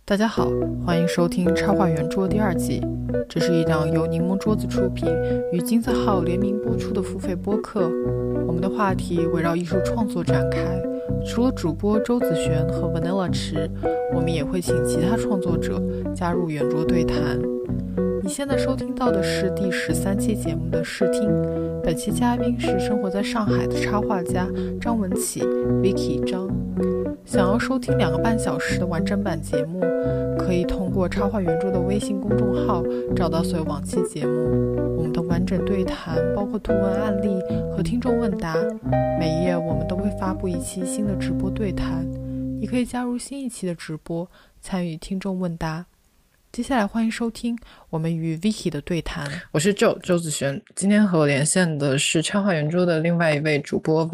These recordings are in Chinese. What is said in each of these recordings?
大家好，欢迎收听插画圆桌第2季。这是一档由柠檬桌子出品与金字号联名播出的付费播客。我们的话题围绕艺术创作展开，除了主播周子璇和 Vanilla 池，我们也会请其他创作者加入圆桌对谈。你现在收听到的是第13期节目的试听，本期嘉宾是生活在上海的插画家张文琪 Vicky 张。想要收听2个半小时的完整版节目，可以通过插画圆桌的微信公众号找到所有往期节目。我们的完整对谈包括图文案例和听众问答，每一页我们都会发布一期新的直播对谈，你可以加入新一期的直播，参与听众问答。接下来欢迎收听我们与 Vicky 的对谈。我是周子璇，今天和我连线的是插画圆桌的另外一位主播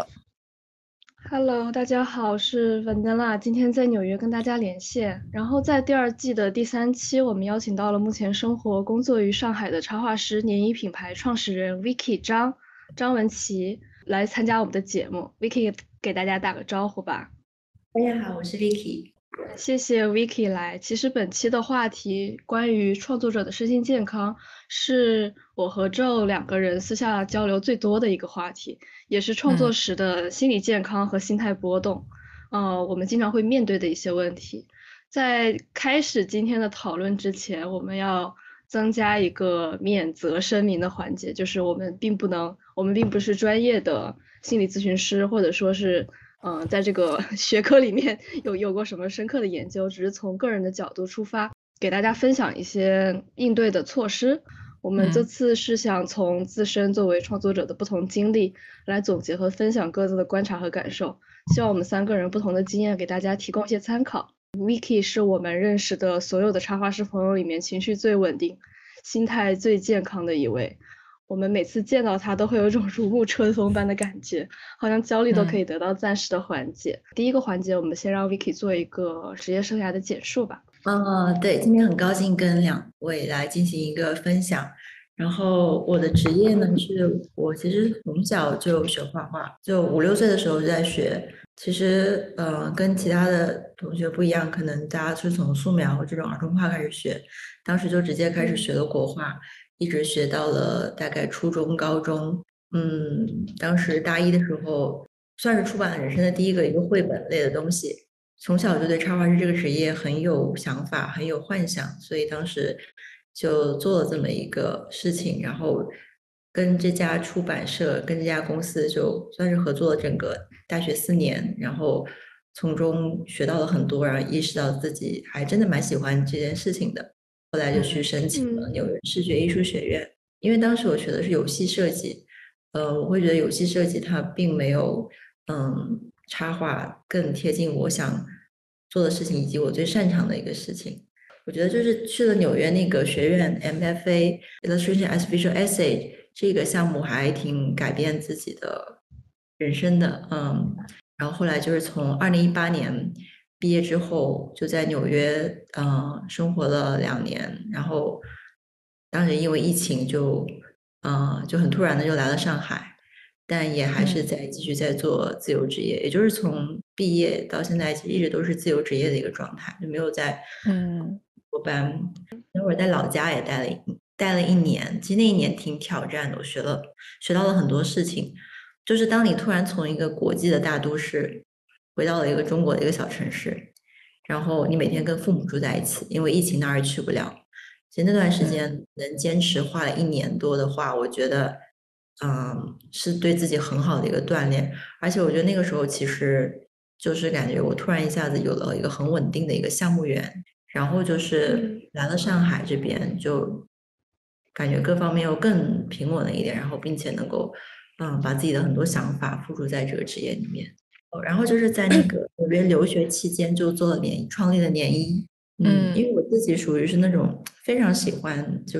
Vanilla。Hello， 大家好，我是 Vanilla， 今天在纽约跟大家连线。然后在第2季的第3期，我们邀请到了目前生活工作于上海的插画师、年衣品牌创始人 Vicky 张文琪来参加我们的节目。Vicky 给大家打个招呼吧。 大家好，我是 Vicky。 谢谢 Vicky 来。其实本期的话题关于创作者的身心健康，是我和Joe 2个人私下交流最多的一个话题，也是创作时的心理健康和心态波动，我们经常会面对的一些问题。在开始今天的讨论之前，我们要增加一个免责声明的环节，就是我们并不是专业的心理咨询师，或者说是在这个学科里面有过什么深刻的研究，只是从个人的角度出发，给大家分享一些应对的措施。我们这次是想从自身作为创作者的不同经历来总结和分享各自的观察和感受，希望我们3个人不同的经验给大家提供一些参考。Vicky 是我们认识的所有的插画师朋友里面情绪最稳定、心态最健康的一位。我们每次见到他都会有一种如沐春风般的感觉，好像焦虑都可以得到暂时的缓解。第一个环节，我们先让 Vicky 做一个职业生涯的简述吧。 对，今天很高兴跟2位来进行一个分享。然后我的职业呢，是我其实从小就学画画，就5、6岁的时候就在学。其实跟其他的同学不一样，可能大家是从素描这种儿童画开始学，当时就直接开始学了国画，一直学到了大概初中、高中。当时大1的时候，算是出版了人生的第一个绘本类的东西。从小就对插画师这个职业很有想法，很有幻想，所以当时就做了这么一个事情，然后跟这家出版社、跟这家公司就算是合作了整个大学4年，然后从中学到了很多，然后意识到自己还真的蛮喜欢这件事情的。后来就去申请了纽约视觉艺术学院，因为当时我学的是游戏设计，我会觉得游戏设计它并没有插画更贴近我想做的事情以及我最擅长的一个事情。我觉得就是去了纽约那个学院 MFA Illustration as Visual Essay 这个项目还挺改变自己的人生的。然后后来就是从2018年毕业之后就在纽约生活了2年，然后当时因为疫情就很突然的就来了上海，但也还是继续在做自由职业，也就是从毕业到现在其实一直都是自由职业的一个状态，就没有在上班。那会儿在老家也待了1年，其实那1年挺挑战的，我学到了很多事情。就是当你突然从一个国际的大都市回到了一个中国的一个小城市，然后你每天跟父母住在一起，因为疫情哪儿也去不了。其实那段时间能坚持画了1年多的话，我觉得是对自己很好的一个锻炼。而且我觉得那个时候其实就是感觉我突然一下子有了一个很稳定的一个项目源，然后就是来了上海这边，就感觉各方面又更平稳了一点，然后并且能够把自己的很多想法付诸在这个职业里面。然后就是在那个纽约留学期间就做了创立了联谊。因为我自己属于是那种非常喜欢就是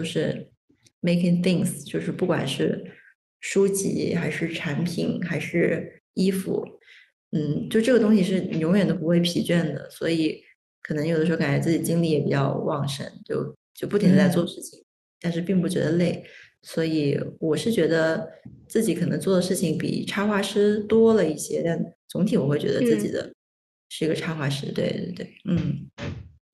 making things， 就是不管是书籍还是产品还是衣服，就这个东西是永远都不会疲倦的，所以可能有的时候感觉自己精力也比较旺盛，就不停的在做事情，但是并不觉得累。所以我是觉得自己可能做的事情比插画师多了一些，但总体我会觉得自己的是一个插画师。对对对。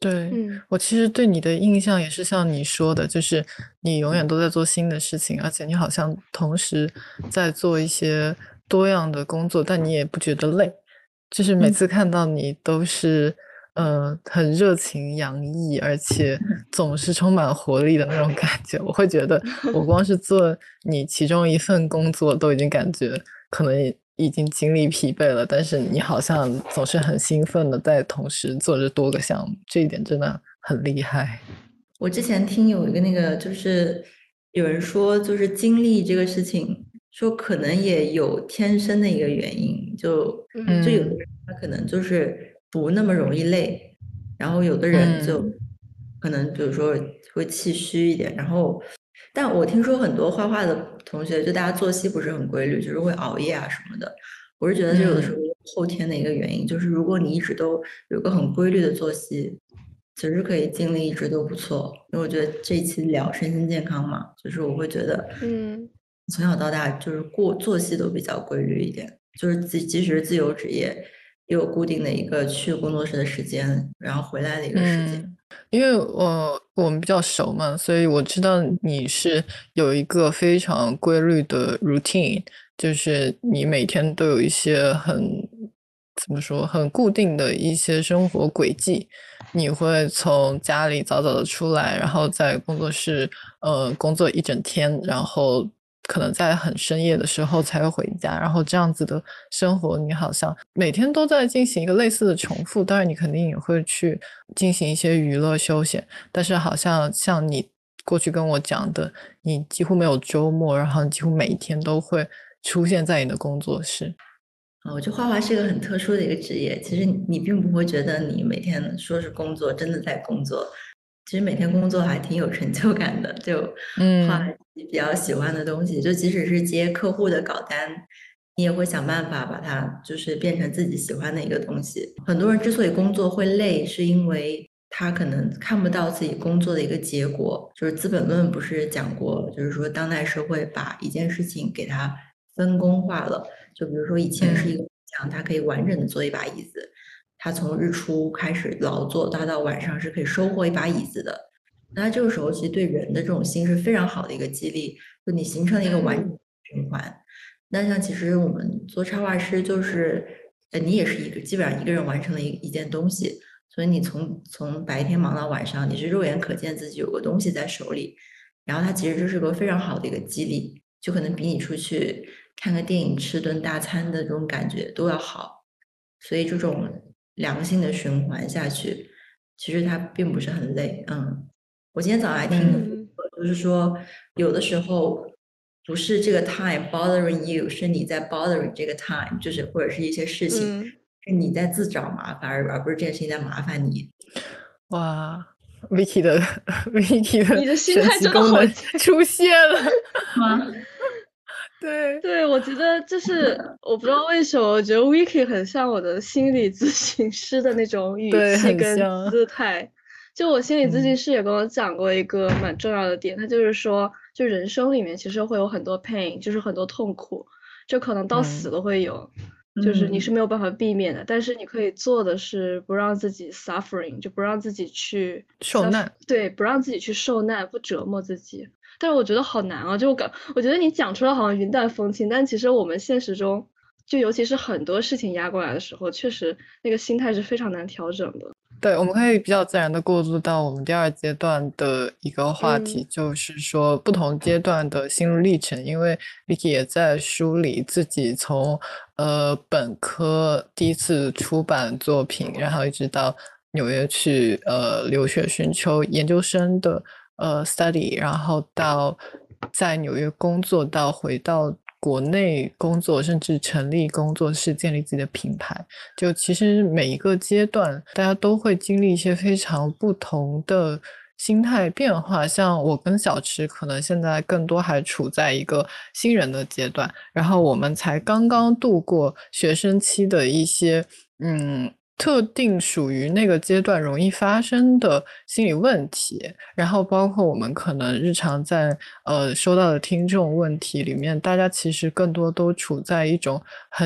对，我其实对你的印象也是像你说的，就是你永远都在做新的事情，而且你好像同时在做一些多样的工作，但你也不觉得累。就是每次看到你都是很热情洋溢，而且总是充满活力的那种感觉，我会觉得我光是做你其中一份工作都已经感觉可能已经精力疲惫了，但是你好像总是很兴奋的在同时做着多个项目，这一点真的很厉害。 我之前听有一个那个就是有人说，就是精力这个事情，说可能也有天生的一个原因，就有的人他可能就是不那么容易累，然后有的人就可能比如说会气虚一点，然后但我听说很多画画的同学，就大家作息不是很规律，就是会熬夜啊什么的。我是觉得这有的时候后天的一个原因，就是如果你一直都有个很规律的作息，其实可以精力一直都不错。因为我觉得这一期聊身心健康嘛，就是我会觉得，从小到大就是作息都比较规律一点，就是即使是自由职业，也有固定的一个去工作室的时间，然后回来的一个时间。 因为我们比较熟嘛，所以我知道你是有一个非常规律的 routine，就是你每天都有一些怎么说很固定的一些生活轨迹。你会从家里早早的出来，然后在工作室工作一整天，然后可能在很深夜的时候才会回家，然后这样子的生活你好像每天都在进行一个类似的重复，当然你肯定也会去进行一些娱乐休闲，但是好像你过去跟我讲的，你几乎没有周末，然后你几乎每一天都会出现在你的工作室。 我觉得画画是一个很特殊的一个职业，其实你并不会觉得你每天说是工作，真的在工作。其实每天工作还挺有成就感的，就画你比较喜欢的东西，就即使是接客户的稿单，你也会想办法把它就是变成自己喜欢的一个东西。很多人之所以工作会累，是因为他可能看不到自己工作的一个结果。就是《资本论》不是讲过，就是说当代社会把一件事情给它分工化了。就比如说以前是一个工匠，他可以完整的做一把椅子，他从日出开始劳作，他到晚上是可以收获一把椅子的。那这个时候其实对人的这种心是非常好的一个激励，就你形成了一个完整的循环。那像其实我们做插画师，就是你也是基本上一个人完成了一件东西，所以你从白天忙到晚上，你是肉眼可见自己有个东西在手里，然后它其实就是个非常好的一个激励，就可能比你出去看个电影、吃顿大餐的这种感觉都要好。所以这种良性的循环下去，其实它并不是很累。我今天早上还听就是说有的时候不是这个 time bothering you， 是你在 bothering 这个 time， 就是或者是一些事情是你在自找麻烦，而不是这件事情在麻烦你。 哇，Vicky 的你的心态神奇功能出现了吗？ 对，我觉得就是我不知道为什么，我觉得 Vicky 很像我的心理咨询师的那种语气跟姿态。就我心理咨询师也跟我讲过一个蛮重要的点，他就是说，就人生里面其实会有很多 pain，就是很多痛苦，就可能到死都会有，就是你是没有办法避免的。但是你可以做的是不让自己 suffering， 就不让自己去受难， 对，不让自己去受难，不折磨自己。但是我觉得好难啊，我觉得你讲出来好像云淡风轻，但其实我们现实中，就尤其是很多事情压过来的时候，确实那个心态是非常难调整的。 对，我们可以比较自然的过渡到我们第二阶段的一个话题，就是说不同阶段的心路历程。因为 Vicky 也在梳理自己从本科第一次出版作品，然后一直到纽约去留学寻求研究生的study， 然后到在纽约工作，到回到国内工作，甚至成立工作室，建立自己的品牌。就其实每一个阶段，大家都会经历一些非常不同的心态变化。像我跟小池可能现在更多还处在一个新人的阶段，然后我们才刚刚度过学生期的一些特定属于那个阶段容易发生的心理问题，然后包括我们可能日常在收到的听众问题里面，大家其实更多都处在一种很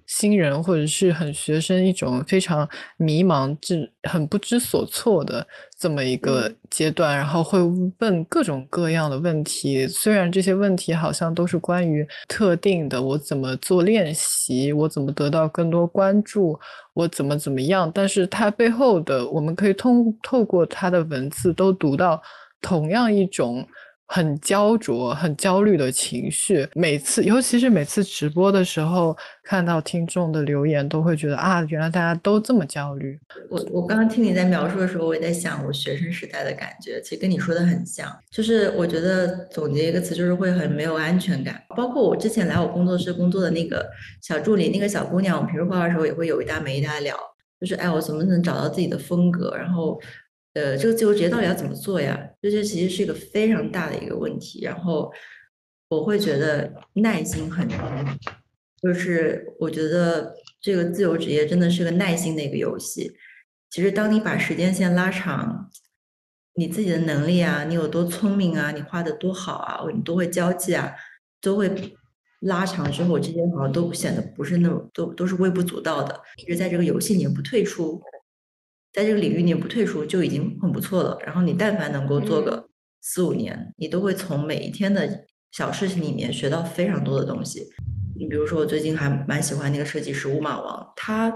新人或者是很学生一种非常迷茫、很不知所措的这么一个阶段，然后会问各种各样的问题。虽然这些问题好像都是关于特定的，我怎么做练习，我怎么得到更多关注，我怎么样，但是它背后的，我们可以透过它的文字都读到同样一种很焦灼、很焦虑的情绪。尤其是每次直播的时候，看到听众的留言，都会觉得啊，原来大家都这么焦虑。 我刚刚听你在描述的时候，我也在想我学生时代的感觉，其实跟你说的很像。就是我觉得总结一个词，就是会很没有安全感。包括我之前来我工作室工作的那个小助理，那个小姑娘，我们平时画画的时候也会有一搭没一搭聊，就是哎，我怎么能找到自己的风格？然后这个自由职业到底要怎么做呀？这其实是一个非常大的一个问题。然后我会觉得耐心很重要，就是我觉得这个自由职业真的是个耐心的一个游戏。其实当你把时间线拉长，你自己的能力啊，你有多聪明啊，你画的多好啊，你多会交际啊，都会拉长之后，这些好像都显得不是那么都是微不足道的。一直在这个游戏里面不退出，在这个领域里面不退出就已经很不错了。然后你但凡能够做个4-5年，你都会从每一天的小事情里面学到非常多的东西。你比如说，我最近还蛮喜欢那个设计师乌马王，他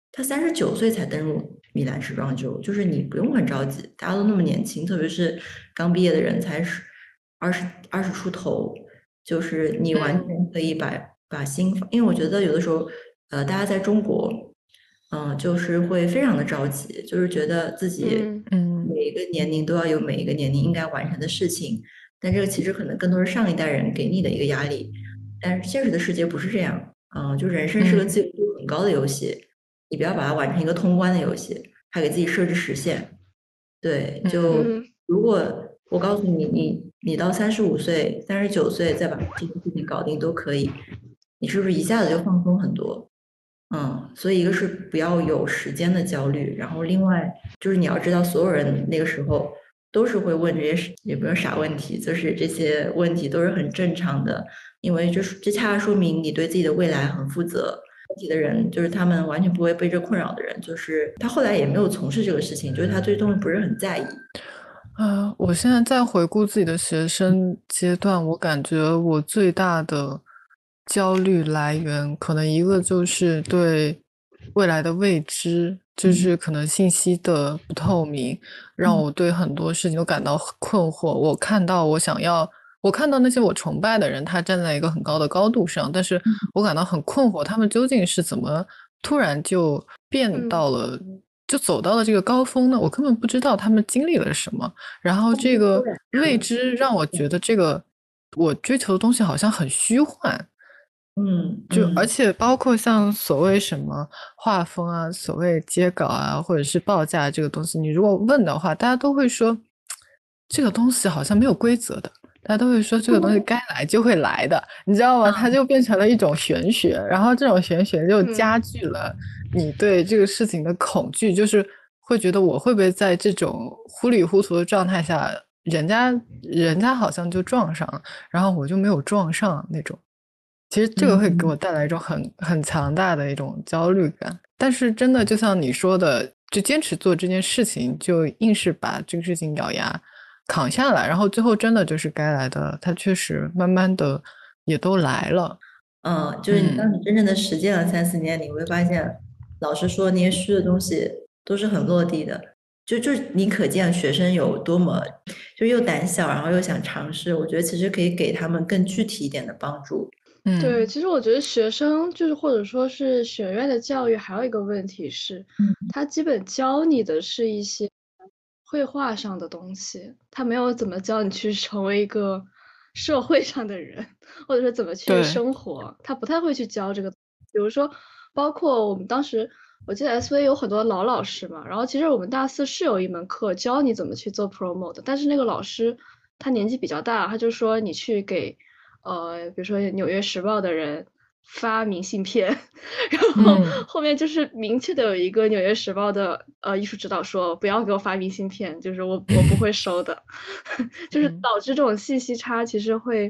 39岁才登入米兰时装周，就是你不用很着急，大家都那么年轻，特别是刚毕业的人才是20出头，就是你完全可以把心，因为我觉得有的时候，大家在中国，就是会非常的着急，就是觉得自己每一个年龄都要有每一个年龄应该完成的事情，但这个其实可能更多是上一代人给你的一个压力。但是现实的世界不是这样，就人生是个自由度很高的游戏，你不要把它玩成一个通关的游戏，还给自己设置时限。对，就如果我告诉你到35岁、39岁再把这件事情搞定都可以，你是不是一下子就放松很多？所以一个是不要有时间的焦虑，然后另外就是你要知道，所有人那个时候都是会问这些也不是傻问题，就是这些问题都是很正常的，因为这恰恰说明你对自己的未来很负责。问题的人就是他们完全不会被这困扰的人，就是他后来也没有从事这个事情，就是他对东西不是很在意。 我现在在回顾自己的学生阶段，我感觉我最大的焦虑来源，可能一个就是对未来的未知，就是可能信息的不透明，让我对很多事情都感到很困惑。我看到那些我崇拜的人，他站在一个很高的高度上，但是我感到很困惑，他们究竟是怎么突然就变到了。就走到了这个高峰呢，我根本不知道他们经历了什么，然后这个未知让我觉得这个我追求的东西好像很虚幻，而且包括像所谓什么画风啊，所谓接稿啊，或者是报价这个东西，你如果问的话，大家都会说这个东西好像没有规则的，大家都会说这个东西该来就会来的，你知道吗？它就变成了一种玄学，然后这种玄学就加剧了你对这个事情的恐惧，就是会觉得我会不会在这种糊里糊涂的状态下，人家好像就撞上了，然后我就没有撞上那种。其实这个会给我带来一种很强大的一种焦虑感，但是真的就像你说的，就坚持做这件事情，就硬是把这个事情咬牙扛下来，然后最后真的就是该来的，它确实慢慢的也都来了。 就是当你真正的实践了3-4年，你会发现，老师说那些虚的东西都是很落地的，就是你可见学生有多么就又胆小，然后又想尝试，我觉得其实可以给他们更具体一点的帮助。 对，其实我觉得学生就是或者说是学院的教育，还有一个问题是，他基本教你的是一些绘画上的东西，他没有怎么教你去成为一个社会上的人，或者说怎么去生活，他不太会去教这个。比如说，包括我们当时，我记得 SV 有很多老师嘛，然后其实我们大4是有一门课教你怎么去做 promo 的，但是那个老师他年纪比较大，他就说你去给比如说《纽约时报》的人发明信片，然后后面就是明确的有一个《纽约时报》的艺术指导说不要给我发明信片，就是我不会收的，就是导致这种信息差其实会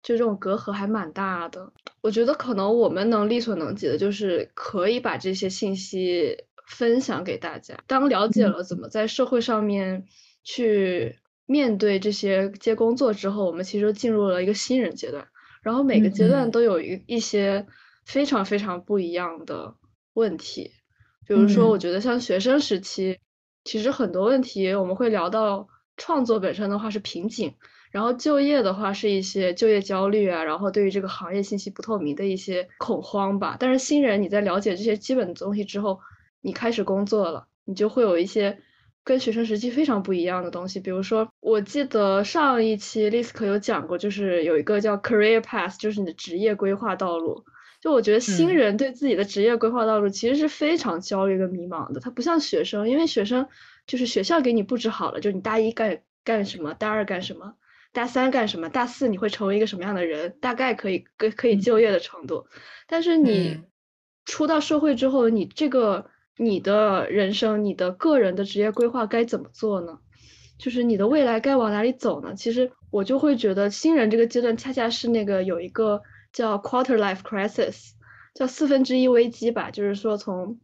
就这种隔阂还蛮大的。我觉得可能我们能力所能及的，就是可以把这些信息分享给大家。当了解了怎么在社会上面去面对这些接工作之后，我们其实进入了一个新人阶段。然后每个阶段都有一些非常非常不一样的问题。比如说，我觉得像学生时期，其实很多问题我们会聊到创作本身的话是瓶颈。然后就业的话是一些就业焦虑啊，然后对于这个行业信息不透明的一些恐慌吧。但是新人你在了解这些基本的东西之后，你开始工作了，你就会有一些跟学生时期非常不一样的东西。比如说，我记得上一期 Lisk 有讲过，就是有一个叫 career path，就是你的职业规划道路。就我觉得新人对自己的职业规划道路其实是非常焦虑跟迷茫的，他不像学生，因为学生就是学校给你布置好了，就你大一干什么，大二干什么。大三干什么？大四你会成为一个什么样的人？大概可以就业的程度。但是你出到社会之后，你的人生，你的个人的职业规划该怎么做呢？就是你的未来该往哪里走呢？其实我就会觉得新人这个阶段恰恰是那个有一个叫 quarter life crisis， 叫1/4危机吧，就是说从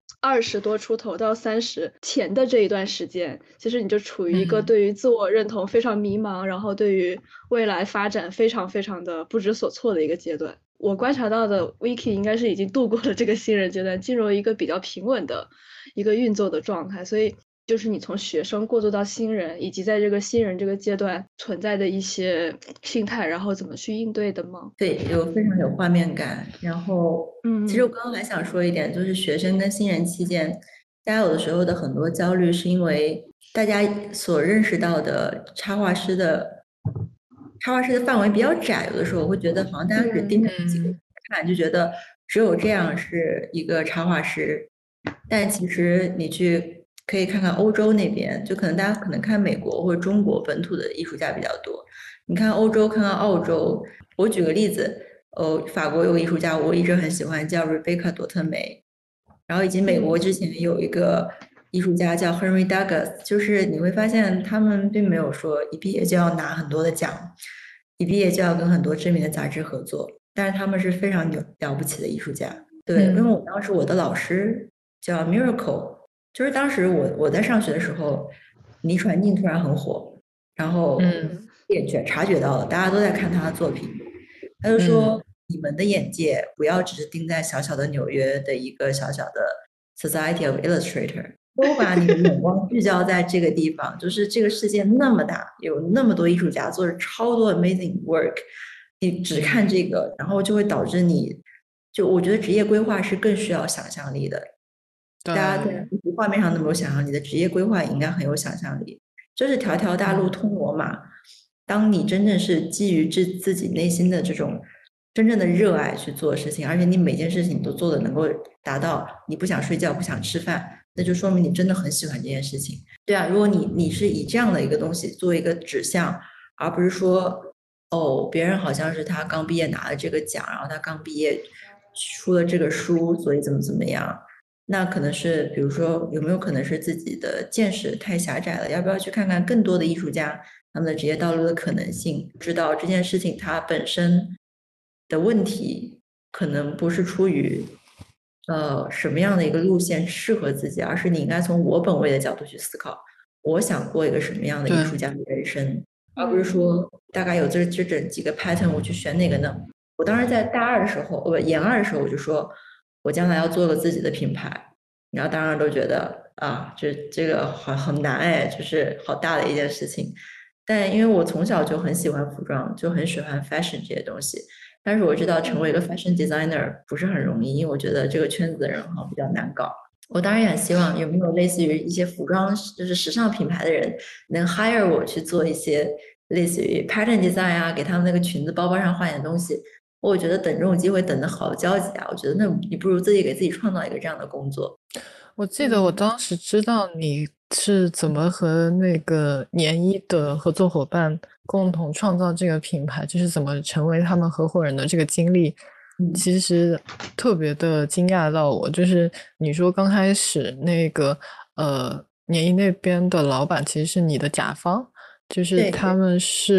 20多出头到30前的这一段时间，其实你就处于一个对于自我认同非常迷茫，然后对于未来发展非常非常的不知所措的一个阶段。我观察到的 Wiki 应该是已经度过了这个新人阶段，进入了一个比较平稳的一个运作的状态，所以就是你从学生过渡到新人，以及在这个新人这个阶段存在的一些心态，然后怎么去应对的吗？ 对，非常有画面感。然后，其实我刚刚还想说一点，就是学生跟新人期间，大家有的时候的很多焦虑，是因为大家所认识到的插画师的范围比较窄，有的时候我会觉得好像大家只盯着几个看，就觉得只有这样是一个插画师。但其实你可以看看欧洲那边，就可能大家可能看美国或者中国本土的艺术家比较多。你看欧洲，看看澳洲。我举个例子，法国有个艺术家，我一直很喜欢，叫 Rebecca 朵特梅。然后以及美国之前有一个艺术家叫 Henry Douglas，就是你会发现他们并没有说一毕业就要拿很多的奖，一毕业就要跟很多知名的杂志合作，但是他们是非常了不起的艺术家。对，因为我当时我的老师叫 Miracle，就是当时我在上学的时候，倪传静突然很火，然后也察觉到了，大家都在看他的作品，他就说你们的眼界不要只是盯在小小的纽约的一个小小的 Society of Illustrator， 都把你的眼光聚焦在这个地方，就是这个世界那么大，有那么多艺术家做着超多 amazing work， 你只看这个，然后就会导致我觉得职业规划是更需要想象力的。大家在画面上那么有想象力的职业规划也应该很有想象力。这是条条大路通罗马。当你真正是基于自己内心的这种真正的热爱去做事情，而且你每件事情都做的能够达到你不想睡觉不想吃饭，那就说明你真的很喜欢这件事情。对啊，如果你是以这样的一个东西作为一个指向，而不是说别人好像是他刚毕业拿了这个奖，然后他刚毕业出了这个书，所以怎么样，那可能是比如说有没有可能是自己的见识太狭窄了，要不要去看看更多的艺术家他们的职业道路的可能性，知道这件事情它本身的问题可能不是出于什么样的一个路线适合自己，而是你应该从我本位的角度去思考，我想过一个什么样的艺术家的人生，而不是说大概有这整几个 pattern 我去选哪个呢？我当时在大二的时候，研二的时候我就说我将来要做个自己的品牌，然后当时都觉得啊，这个很难哎，就是好大的一件事情。但因为我从小就很喜欢服装，就很喜欢 fashion 这些东西，但是我知道成为一个 fashion designer 不是很容易，因为我觉得这个圈子的人比较难搞。我当然也很希望有没有类似于一些服装就是时尚品牌的人能 hire 我去做一些类似于 pattern design 啊，给他们那个裙子包包上画点东西。我觉得等这种机会等的好焦急啊！我觉得那你不如自己给自己创造一个这样的工作。 我记得我当时知道你是怎么和那个年一的合作伙伴共同创造这个品牌，就是怎么成为他们合伙人的这个经历，其实特别的惊讶到我。就是你说刚开始那个年一那边的老板其实是你的甲方，就是他们是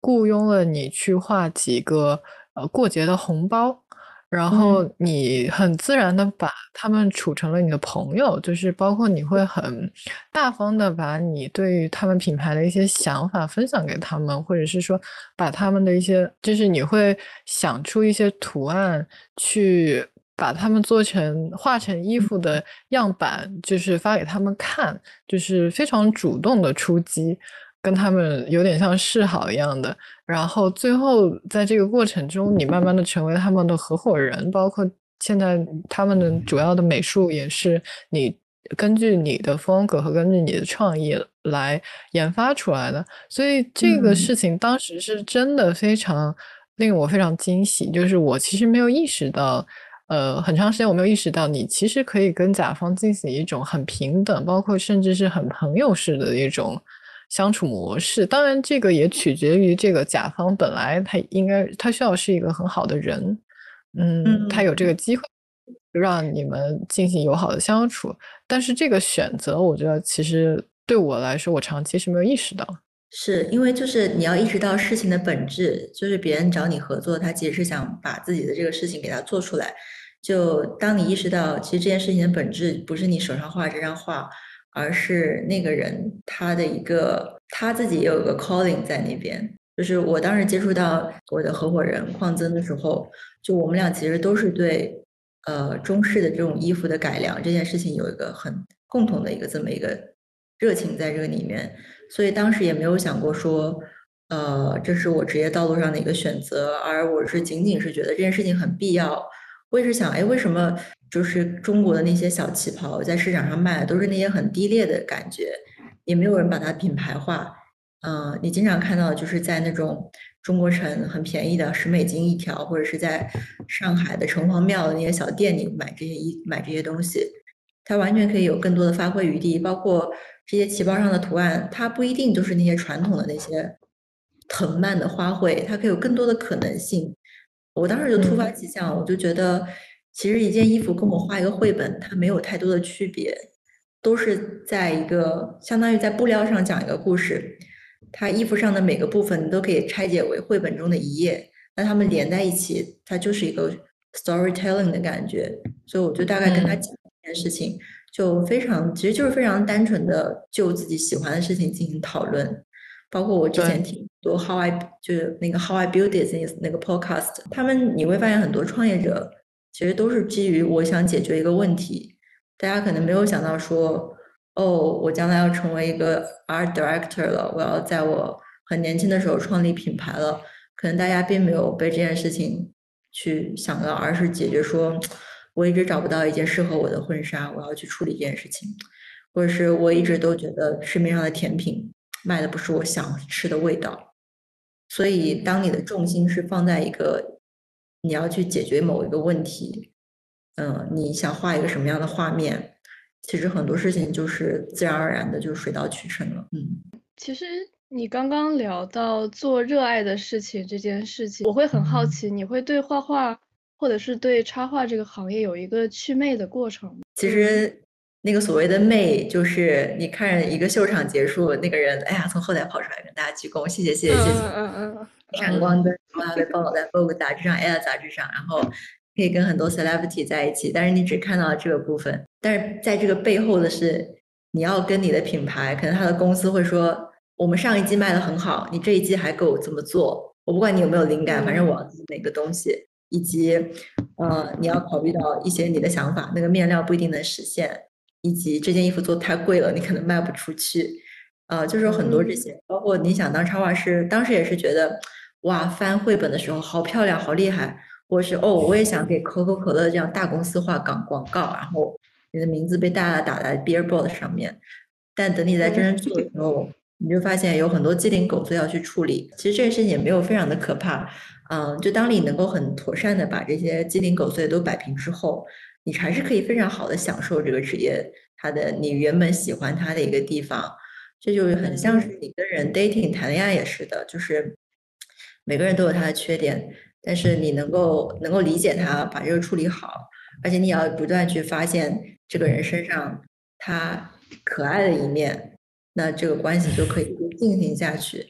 雇佣了你去画几个过节的红包，然后你很自然的把他们处成了你的朋友，就是包括你会很大方的把你对于他们品牌的一些想法分享给他们，或者是说把他们的一些，就是你会想出一些图案去把他们画成衣服的样板，就是发给他们看，就是非常主动的出击，跟他们有点像示好一样的。然后最后在这个过程中，你慢慢的成为他们的合伙人，包括现在他们的主要的美术也是你根据你的风格和根据你的创意来研发出来的。所以这个事情当时是真的非常令我非常惊喜，就是我其实没有意识到。很长时间我没有意识到，你其实可以跟甲方进行一种很平等，包括甚至是很朋友式的一种相处模式。当然，这个也取决于这个甲方本来他需要是一个很好的人，他有这个机会让你们进行友好的相处。但是这个选择，我觉得其实对我来说，我长期是没有意识到。 是因为就是你要意识到事情的本质，就是别人找你合作，他其实是想把自己的这个事情给他做出来。就当你意识到，其实这件事情的本质不是你手上画这张画，而是那个人他自己也有一个 calling 在那边。就是我当时接触到我的合伙人邝增的时候，就我们俩其实都是对中式的这种衣服的改良这件事情有一个很共同的这么一个热情在这个里面。所以当时也没有想过说，这是我职业道路上的一个选择，而我是仅仅是觉得这件事情很必要。我也是想，哎，为什么就是中国的那些小旗袍在市场上卖的都是那些很低劣的感觉，也没有人把它品牌化。你经常看到就是在那种中国城很便宜的10美金一条，或者是在上海的城隍庙的那些小店里买这些东西。它完全可以有更多的发挥余地，包括这些旗袍上的图案，它不一定就是那些传统的那些藤蔓的花卉，它可以有更多的可能性。我当时就突发奇想，我就觉得其实一件衣服跟我画一个绘本，它没有太多的区别，都是在一个相当于在布料上讲一个故事。它衣服上的每个部分你都可以拆解为绘本中的一页，那它们连在一起，它就是一个 storytelling 的感觉。所以我就大概跟他讲这件事情，其实就是非常单纯的就自己喜欢的事情进行讨论。包括我之前听多 How I Build Business 那个 podcast，你会发现很多创业者其实都是基于我想解决一个问题，大家可能没有想到说，我将来要成为一个 art director 了，我要在我很年轻的时候创立品牌了，可能大家并没有被这件事情去想到，而是解决说，我一直找不到一件适合我的婚纱，我要去处理这件事情，或者是我一直都觉得市面上的甜品卖的不是我想吃的味道。所以当你的重心是放在一个你要去解决某一个问题，你想画一个什么样的画面，其实很多事情就是自然而然的就水到渠成了。 其实你刚刚聊到做热爱的事情这件事情，我会很好奇，你会对画画或者是对插画这个行业有一个祛魅的过程吗？ 其实那个所谓的媚，就是你看着一个秀场结束，那个人哎呀从后台跑出来跟大家鞠躬，谢谢谢谢谢谢，闪光灯，然后他被报道在 Vogue 杂志上、Ella 杂志上，然后可以跟很多 celebrity 在一起，但是你只看到了这个部分，但是在这个背后的是你要跟你的品牌，可能他的公司会说，我们上一季卖的很好，你这一季还给我这么做，我不管你有没有灵感，反正我要做哪个东西，以及你要考虑到一些你的想法，那个面料不一定能实现，以及这件衣服做太贵了，你可能卖不出去，就是有很多这些，包括你想当插画师，当时也是觉得哇，翻绘本的时候好漂亮，好厉害，或是我也想给可口可乐这样大公司画广告，然后你的名字被大大打在 Billboard 上面，但等你在真正做的时候，你就发现有很多鸡零狗碎要去处理。其实这件事情也没有非常的可怕，就当你能够很妥善的把这些鸡零狗碎都摆平之后，你还是可以非常好的享受这个职业，你原本喜欢它的一个地方。这就很像是你跟人 dating 谈恋爱也是的，就是每个人都有他的缺点，但是你能够理解他，把这个处理好，而且你要不断去发现这个人身上他可爱的一面，那这个关系就可以进行下去。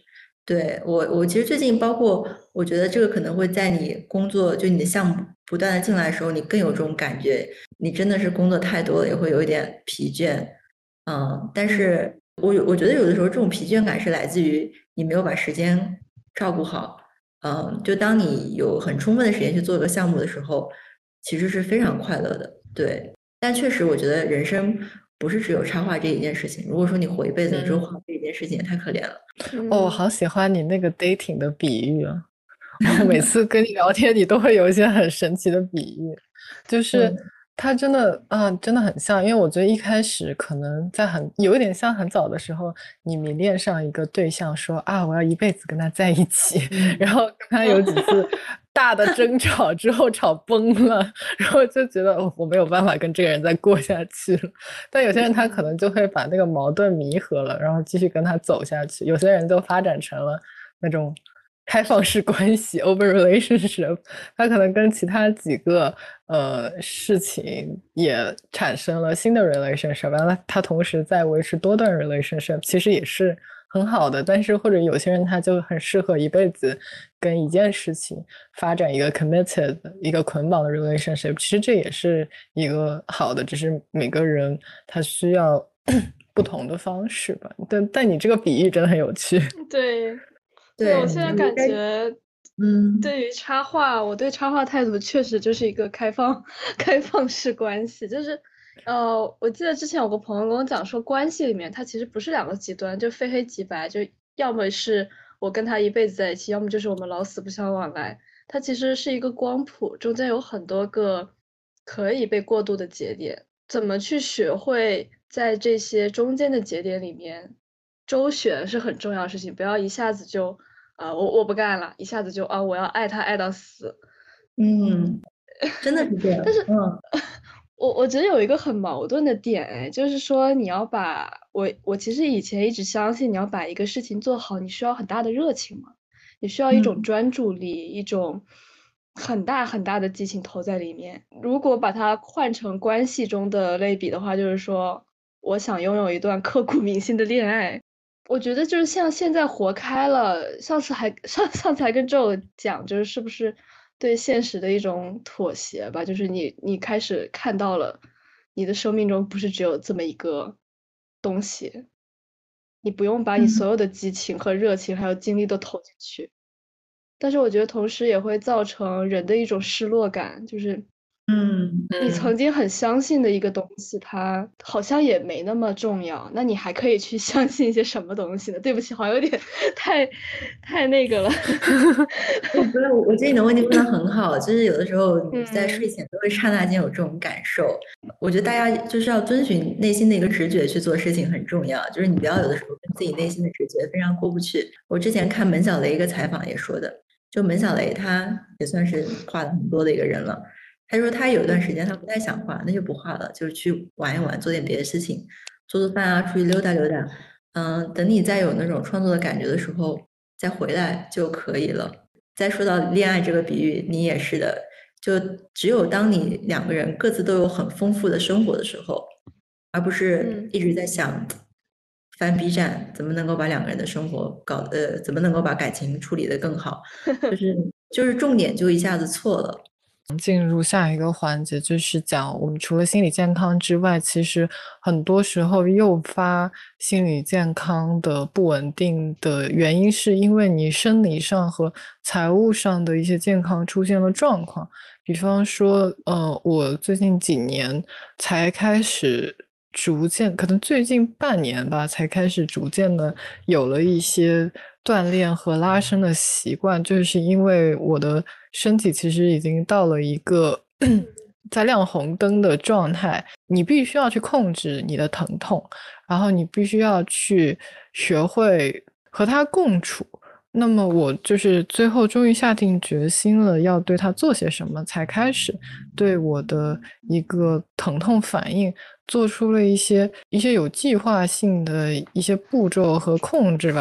对，我其实最近包括我觉得这个可能会在你工作就你的项目不断的进来的时候，你更有这种感觉，你真的是工作太多了，也会有一点疲倦。但是我觉得有的时候这种疲倦感是来自于你没有把时间照顾好。就当你有很充分的时间去做一个项目的时候，其实是非常快乐的。对，但确实我觉得人生不是只有插画这一件事情。如果说你活一辈子，你只有画这一件事情，也太可怜了。 哦，我好喜欢你那个 dating 的比喻啊！我每次跟你聊天，你都会有一些很神奇的比喻，就是嗯它真的真的很像。因为我觉得一开始可能在有一点像很早的时候，你迷恋上一个对象，说啊我要一辈子跟他在一起，然后跟他有几次大的争吵之后吵崩了，然后就觉得我没有办法跟这个人再过下去了。但有些人他可能就会把那个矛盾弥合了，然后继续跟他走下去。有些人就发展成了那种开放式关系 open relationship， 他可能跟其他几个事情也产生了新的 relationship， 完了他同时在维持多段 relationship， 其实也是很好的。但是或者有些人他就很适合一辈子跟一件事情发展一个 committed 一个捆绑的 relationship， 其实这也是一个好的，只是每个人他需要不同的方式吧。但你这个比喻真的很有趣。 对，对，我对， 现在感你在觉， 嗯对于插画，我对插画态度确实就是一个开放式关系，就是，我记得之前有个朋友跟我讲说，关系里面它其实不是两个极端，就非黑即白，就要么是我跟他一辈子在一起，要么就是我们老死不相往来。它其实是一个光谱，中间有很多个可以被过渡的节点，怎么去学会在这些中间的节点里面周旋是很重要的事情，不要一下子就我不干了，一下子就我要爱他爱到死。 嗯，真的是这样。 但是嗯我觉得有一个很矛盾的点，哎，就是说你要把我其实以前一直相信，你要把一个事情做好，你需要很大的热情嘛，你需要一种嗯专注力，一种很大很大的激情投在里面。如果把它换成关系中的类比的话，就是说，我想拥有一段刻骨铭心的恋爱。我觉得就是像现在活开了，上次还跟周讲，就是是不是对现实的一种妥协吧？就是你开始看到了，你的生命中不是只有这么一个东西，你不用把你所嗯有的激情和热情还有精力都投进去。但是我觉得同时也会造成人的一种失落感，就是嗯你曾经很相信的一个东西，它好像也没那么重要，那你还可以去相信一些什么东西呢？对不起，好像有点太那个了。 我觉得我觉得你的问题问的很好，就是有的时候你在睡嗯前都会刹那间有这种感受。我觉得大家就是要遵循内心的一个直觉去做事情很重要，就是你不要有的时候跟自己内心的直觉非常过不去。我之前看门小雷一个采访也说的，就门小雷他也算是画的很多的一个人了。他说他有一段时间他不太想画，那就不画了，就是去玩一玩，做点别的事情，做做饭啊，出去溜达溜达。等你再有那种创作的感觉的时候，再回来就可以了。再说到恋爱这个比喻，你也是的，就只有当你两个人各自都有很丰富的生活的时候，而不是嗯。 一直在想翻 B 站怎么能够把两个人的生活怎么能够把感情处理得更好，就是重点就一下子错了。 进入下一个环节，就是讲我们除了心理健康之外，其实很多时候诱发心理健康的不稳定的原因，是因为你生理上和财务上的一些健康出现了状况。比方说，我最近几年才开始逐渐，可能最近半年吧，才开始逐渐的有了一些锻炼和拉伸的习惯，就是因为我的身体其实已经到了一个在亮红灯的状态，你必须要去控制你的疼痛，然后你必须要去学会和它共处。那么我就是最后终于下定决心了，要对它做些什么，才开始对我的一个疼痛反应做出了一些有计划性的一些步骤和控制吧。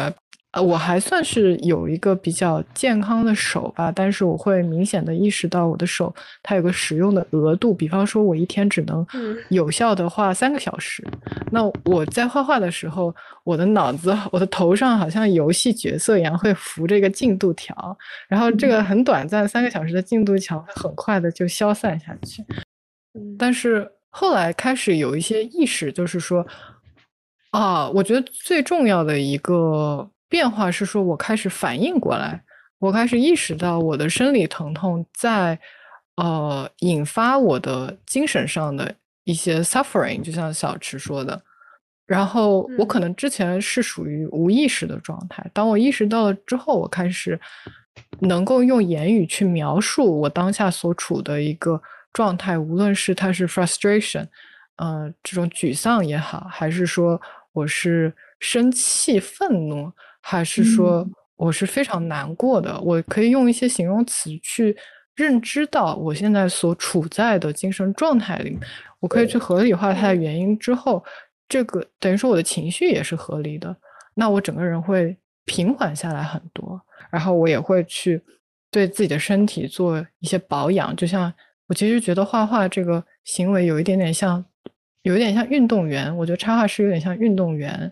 我还算是有一个比较健康的手吧，但是我会明显的意识到我的手它有个使用的额度，比方说我一天只能有效的画3个小时。那我在画画的时候，我的脑子、我的头上好像游戏角色一样会浮着一个进度条，然后这个很短暂3个小时的进度条会很快的就消散下去。但是后来开始有一些意识，就是说，我觉得最重要的一个变化是说，我开始反应过来，我开始意识到我的生理疼痛在引发我的精神上的一些 suffering， 就像小池说的。然后我可能之前是属于无意识的状态，当我意识到了之后，我开始能够用言语去描述我当下所处的一个状态，无论是它是 frustration，这种沮丧也好，还是说我是生气、愤怒，还是说我是非常难过的，我可以用一些形容词去认知到我现在所处在的精神状态里，我可以去合理化它的原因之后，这个等于说我的情绪也是合理的，那我整个人会平缓下来很多，然后我也会去对自己的身体做一些保养，就像我其实觉得画画这个行为有一点点像运动员，我觉得插画师有点像运动员。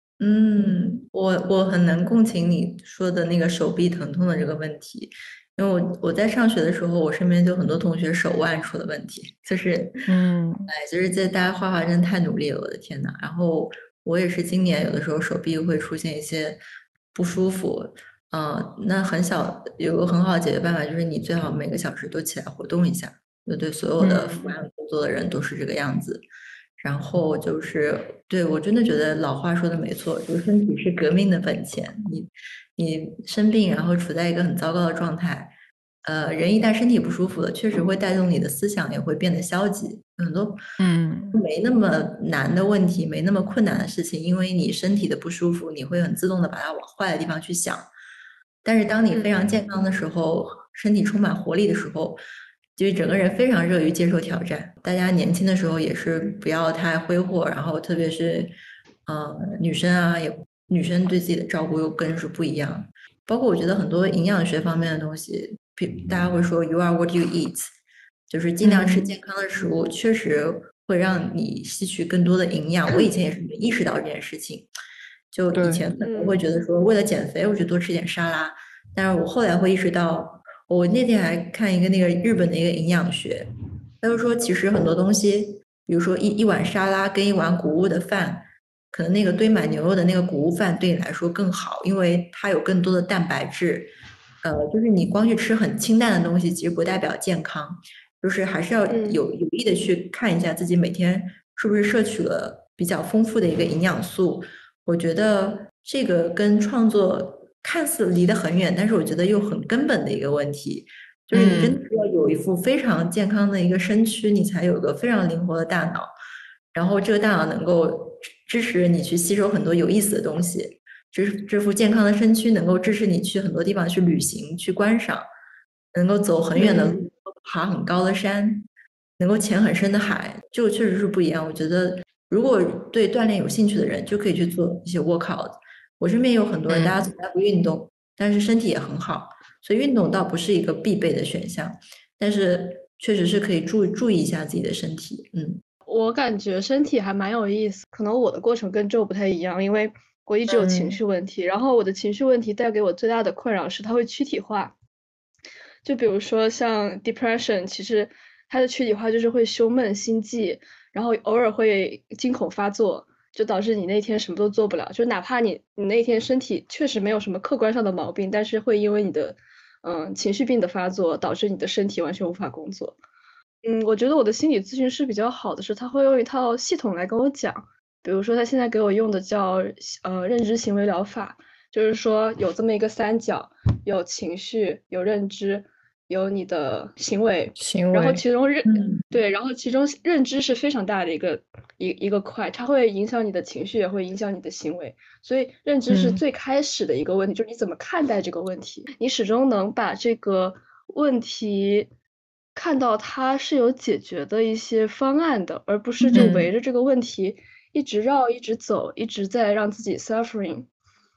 我很能共情你说的那个手臂疼痛的这个问题，因为我在上学的时候，我身边就很多同学手腕出了问题，就是在大家画画真的太努力了，我的天呐！然后我也是今年有的时候手臂会出现一些不舒服，那有个很好的解决办法，就是你最好每个小时都起来活动一下，对所有的伏案工作的人都是这个样子。然后就是对我真的觉得老话说的没错，就是身体是革命的本钱。你生病，然后处在一个很糟糕的状态，人一旦身体不舒服了，确实会带动你的思想也会变得消极，很多没那么难的问题，没那么困难的事情，因为你身体的不舒服，你会很自动的把它往坏的地方去想。但是当你非常健康的时候，身体充满活力的时候，就是整个人非常热于接受挑战。大家年轻的时候也是不要太挥霍，然后特别是，女生啊，女生对自己的照顾又更是不一样。包括我觉得很多营养学方面的东西，大家会说 "You are what you eat"，就是尽量吃健康的食物，确实会让你吸取更多的营养。我以前也是没意识到这件事情。就以前可能会觉得说，为了减肥，我就多吃点沙拉。但是我后来会意识到，我那天还看一个那个日本的一个营养学，他就说，其实很多东西，比如说一碗沙拉跟一碗谷物的饭，可能那个堆满牛肉的那个谷物饭对你来说更好，因为它有更多的蛋白质。就是你光去吃很清淡的东西，其实不代表健康，就是还是要有意的去看一下自己每天是不是摄取了比较丰富的一个营养素。我觉得这个跟创作看似离得很远，但是我觉得又很根本的一个问题，就是你真的是要有一副非常健康的一个身躯，你才有个非常灵活的大脑，然后这个大脑能够支持你去吸收很多有意思的东西，这副健康的身躯能够支持你去很多地方去旅行、去观赏，能够走很远的路、爬很高的山，能够潜很深的海，这个确实是不一样。我觉得如果对锻炼有兴趣的人，就可以去做一些 workout。我身边有很多人，大家从来不运动，但是身体也很好，所以运动倒不是一个必备的选项，但是确实是可以注意一下自己的身体。 我感觉身体还蛮有意思，可能我的过程跟Joe不太一样，因为我一直有情绪问题，然后我的情绪问题带给我最大的困扰是它会躯体化。就比如说像 depression，其实它的躯体化就是会胸闷、心悸，然后偶尔会惊恐发作，就导致你那天什么都做不了。就哪怕你那天身体确实没有什么客观上的毛病，但是会因为你的情绪病的发作，导致你的身体完全无法工作。我觉得我的心理咨询师比较好的是，他会用一套系统来跟我讲，比如说他现在给我用的叫认知行为疗法，就是说有这么一个三角，有情绪，有认知，有你的行为，然后其中对，然后其中认知是非常大的一个块，它会影响你的情绪，也会影响你的行为，所以认知是最开始的一个问题，就是你怎么看待这个问题，你始终能把这个问题看到它是有解决的一些方案的，而不是就围着这个问题一直绕、一直走，一直在让自己 suffering。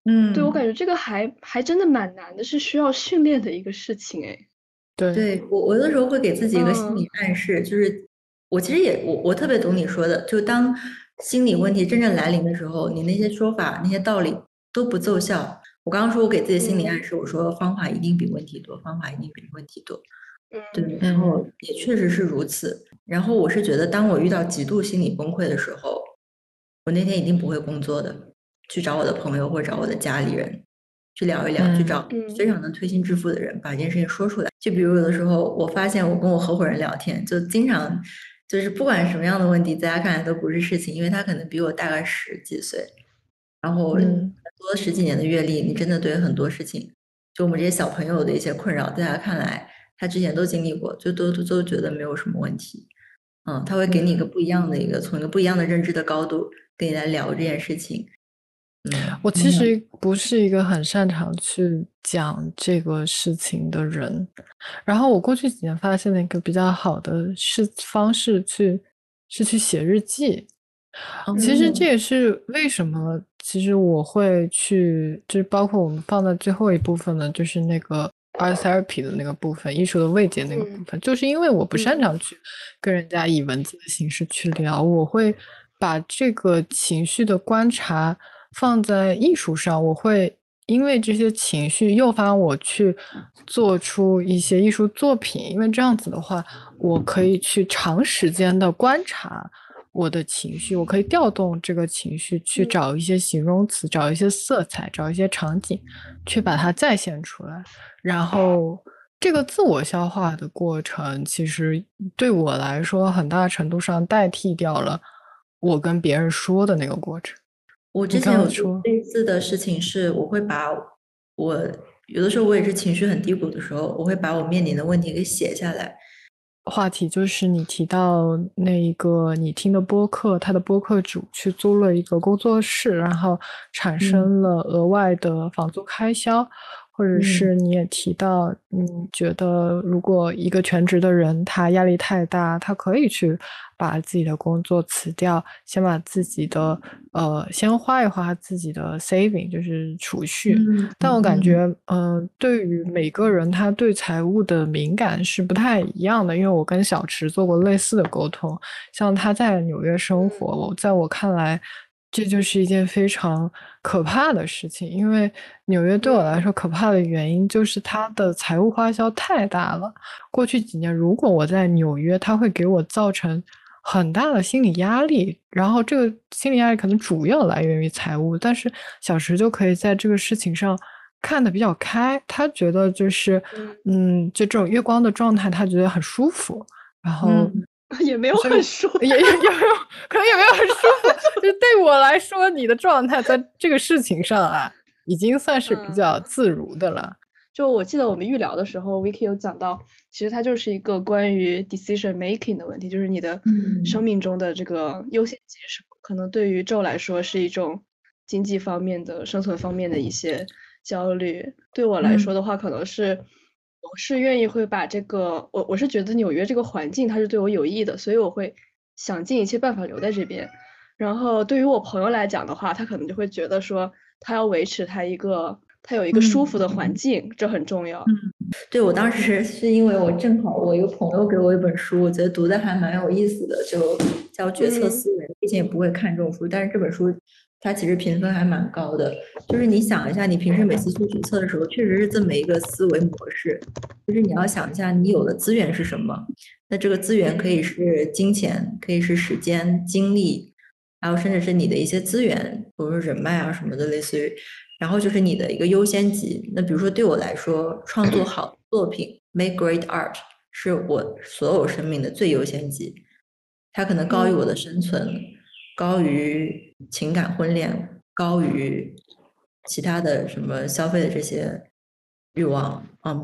对，我感觉这个还真的蛮难的，是需要训练的一个事情哎。 对，我有的时候会给自己一个心理暗示，就是我其实我特别懂你说的，就当心理问题真正来临的时候，你那些说法那些道理都不奏效。我刚刚说我给自己的心理暗示，我说方法一定比问题多，方法一定比问题多。对，然后也确实是如此。然后我是觉得，当我遇到极度心理崩溃的时候，我那天一定不会工作的，去找我的朋友或者找我的家里人去聊一聊，去找非常能推心置腹的人，把这件事情说出来。就比如有的时候，我发现我跟我合伙人聊天，就经常就是不管什么样的问题，在他看来都不是事情，因为他可能比我大概10几岁，然后很多10几年的阅历，你真的对很多事情，就我们这些小朋友的一些困扰，在他看来，他之前都经历过，就都觉得没有什么问题。他会给你一个不一样的从一个不一样的认知的高度跟你来聊这件事情。 我其实不是一个很擅长去讲这个事情的人，然后我过去几年发现了一个比较好的方式是去写日记。其实这也是为什么，其实我会去，就是包括我们放在最后一部分的，就是那个 art therapy 的那个部分，艺术的慰藉那个部分，就是因为我不擅长去跟人家以文字的形式去聊，我会把这个情绪的观察放在艺术上，我会因为这些情绪诱发我去做出一些艺术作品，因为这样子的话，我可以去长时间的观察我的情绪，我可以调动这个情绪去找一些形容词，找一些色彩，找一些场景，去把它再现出来。然后这个自我消化的过程，其实对我来说，很大程度上代替掉了我跟别人说的那个过程。 我之前有做类似的事情是，我会把我有的时候我也是情绪很低谷的时候，我会把我面临的问题给写下来。 话题就是你提到那一个你听的播客，他的播客主去租了一个工作室，然后产生了额外的房租开销，或者是你也提到，觉得如果一个全职的人他压力太大，他可以去把自己的工作辞掉，先把自己的先花一花自己的 saving， 就是储蓄。但我感觉，对于每个人他对财务的敏感是不太一样的，因为我跟小池做过类似的沟通，像他在纽约生活，在我看来，这就是一件非常可怕的事情，因为纽约对我来说可怕的原因就是它的财务花销太大了。过去几年，如果我在纽约，它会给我造成很大的心理压力，然后这个心理压力可能主要来源于财务，但是小石就可以在这个事情上看得比较开，他觉得就是就这种月光的状态，他觉得很舒服，然后也没有很舒服， 可能也没有很舒服，就对我来说，你的状态在这个事情上啊，已经算是比较自如的了。 就我记得我们预聊的时候 Vicky 有讲到，其实它就是一个关于 decision making 的问题，就是你的生命中的这个优先级是什么？可能对于Joe来说是一种经济方面的、生存方面的一些焦虑，对我来说的话，可能是我是愿意会把这个，我是觉得纽约这个环境它是对我有益的，所以我会想尽一切办法留在这边。然后对于我朋友来讲的话，他可能就会觉得说，他要维持他有一个舒服的环境，这很重要。 对，我当时是因为我正好我一个朋友给我一本书，我觉得读的还蛮有意思的，就叫《决策思维》。以前也不会看这种书，但是这本书它其实评分还蛮高的。就是你想一下，你平时每次做决策的时候，确实是这么一个思维模式，就是你要想一下你有的资源是什么。那这个资源可以是金钱，可以是时间、精力，还有甚至是你的一些资源，比如说人脉啊什么的，类似于。然后就是你的一个优先级。那比如说对我来说，创作好的作品 make great art 是我所有生命的最优先级，它可能高于我的生存，高于情感婚恋，高于其他的什么消费的这些欲望。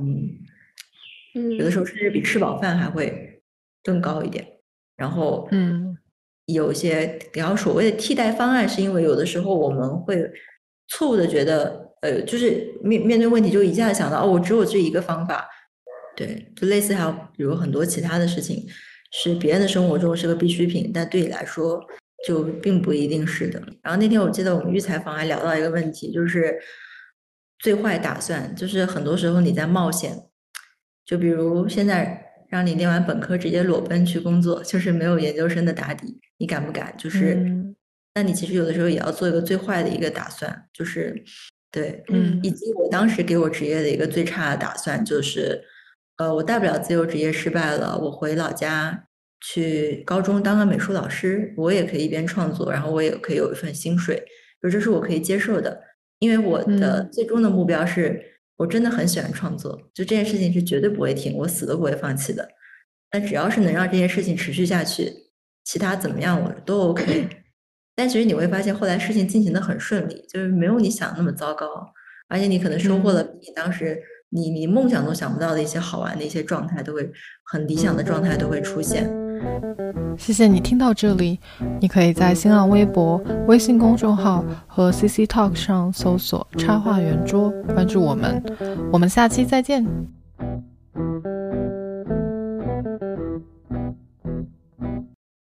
有的时候甚至比吃饱饭还会更高一点。然后有一些然后所谓的替代方案，是因为有的时候我们会错误的觉得，就是面对问题就一下子想到，我只有这一个方法。对，就类似还有比如很多其他的事情，是别人的生活中是个必需品，但对你来说就并不一定是的。然后那天我记得我们预采访还聊到一个问题，就是最坏打算，就是很多时候你在冒险，就比如现在让你念完本科直接裸奔去工作，就是没有研究生的打底，你敢不敢？就是那你其实有的时候也要做一个最坏的一个打算，就是对，以及我当时给我职业的一个最差的打算就是，我大不了自由职业失败了，我回老家去高中当个美术老师，我也可以一边创作，然后我也可以有一份薪水，就这是我可以接受的，因为我的最终的目标是我真的很喜欢创作，就这件事情是绝对不会停，我死都不会放弃的。那只要是能让这件事情持续下去，其他怎么样我都 OK。但其实你会发现，后来事情进行的很顺利，就是没有你想那么糟糕，而且你可能收获了比你当时你梦想都想不到的一些好玩的一些状态，都会很理想的状态都会出现。 谢谢你听到这里，你可以在新浪微博、微信公众号和 CC Talk 上搜索插画圆桌，关注我们，我们下期再见。